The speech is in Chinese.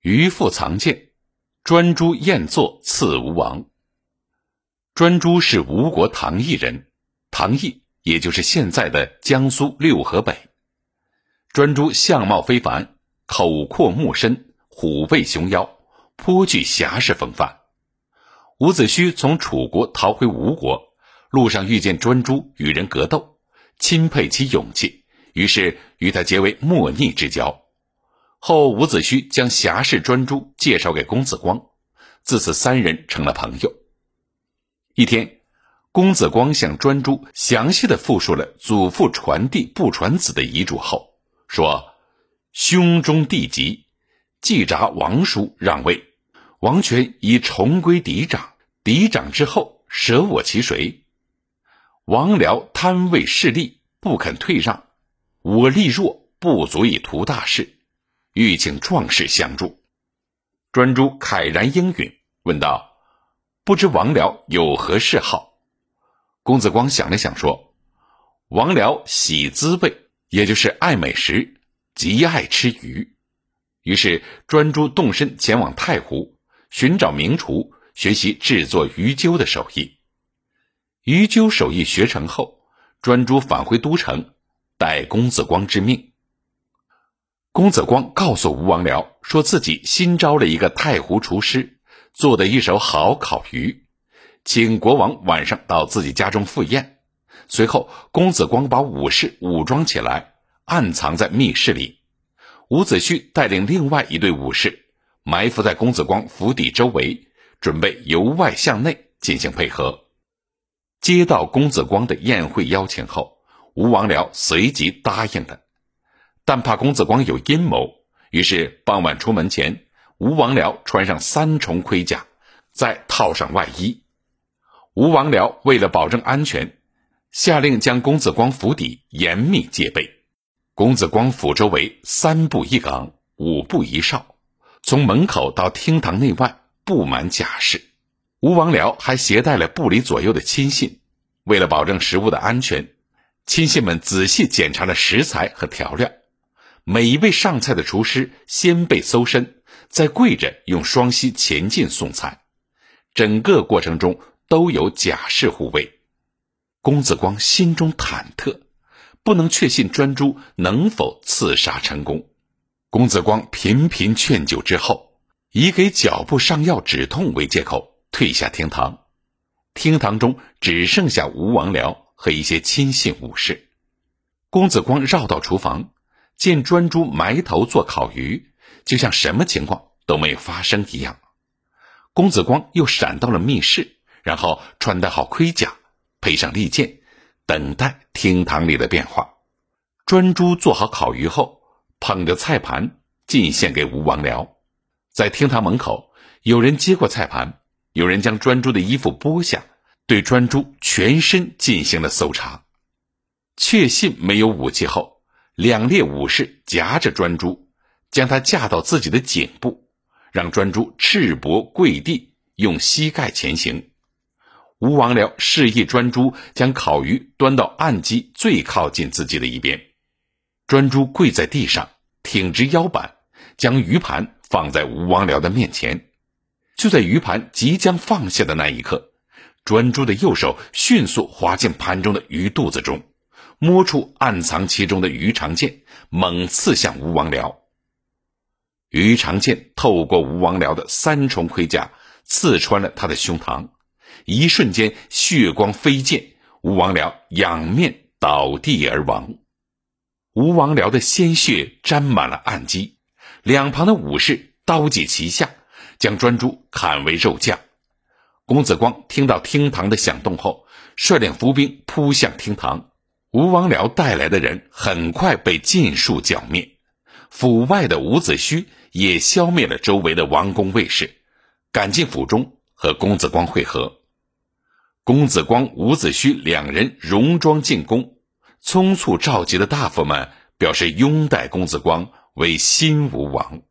渔父藏剑，专诸宴坐赐吴王。专诸是吴国唐邑人，唐邑也就是现在的江苏六合北。专诸相貌非凡，口阔目深，虎背熊腰，颇具侠士风范。伍子胥从楚国逃回吴国，路上遇见专诸与人格斗，钦佩其勇气，于是与他结为莫逆之交。后伍子胥将侠士专诸介绍给公子光，自此三人成了朋友。一天，公子光向专诸详细地复述了祖父传弟不传子的遗嘱后，说：兄终弟及，季札王叔让位，王权已重归嫡长，嫡长之后舍我其谁？王僚贪位势利，不肯退让，我力弱，不足以图大事，欲请壮士相助。专诸慨然应允，问道：不知王僚有何嗜好？公子光想了想说：王僚喜滋味，也就是爱美食，极爱吃鱼。于是专诸动身前往太湖，寻找名厨，学习制作鱼灸的手艺。鱼灸手艺学成后，专诸返回都城，待公子光之命。公子光告诉吴王僚，说自己新招了一个太湖厨师，做的一手好烤鱼，请国王晚上到自己家中赴宴。随后公子光把武士武装起来，暗藏在密室里。伍子胥带领另外一队武士埋伏在公子光府邸周围，准备由外向内进行配合。接到公子光的宴会邀请后，吴王僚随即答应了，但怕公子光有阴谋，于是傍晚出门前，吴王僚穿上3重盔甲，再套上外衣。吴王僚为了保证安全，下令将公子光府邸严密戒备。公子光府周围3步1岗，5步1哨，从门口到厅堂内外布满甲士。吴王僚还携带了部里左右的亲信，为了保证食物的安全，亲信们仔细检查了食材和调料。每一位上菜的厨师先辈搜身，再跪着用双膝前进送菜，整个过程中都有甲士护卫。公子光心中忐忑，不能确信专诸能否刺杀成功。公子光频频劝酒之后，以给脚部上药止痛为借口，退下厅堂。厅堂中只剩下吴王僚和一些亲信武士。公子光绕到厨房，见专诸埋头做烤鱼，就像什么情况都没有发生一样。公子光又闪到了密室，然后穿戴好盔甲，配上利剑，等待厅堂里的变化。专诸做好烤鱼后，捧着菜盘进献给吴王僚。在厅堂门口，有人接过菜盘，有人将专诸的衣服剥下，对专诸全身进行了搜查。确信没有武器后，2列武士夹着专诸，将他架到自己的颈部，让专诸赤膊跪地，用膝盖前行。吴王僚示意专诸将烤鱼端到案几最靠近自己的一边。专诸跪在地上，挺直腰板，将鱼盘放在吴王僚的面前。就在鱼盘即将放下的那一刻，专诸的右手迅速滑进盘中的鱼肚子中，摸出暗藏其中的鱼肠剑，猛刺向吴王僚。鱼肠剑透过吴王僚的3重盔甲，刺穿了他的胸膛。一瞬间血光飞溅，吴王僚仰面倒地而亡。吴王僚的鲜血沾满了案几，两旁的武士刀戟齐下，将专诸砍为肉酱。公子光听到厅堂的响动后，率领伏兵扑向厅堂。吴王僚带来的人很快被尽数剿灭，府外的伍子胥也消灭了周围的王公卫士，赶进府中和公子光会合。公子光、伍子胥2人戎装进宫，匆促召集的大夫们表示拥戴公子光为新吴王。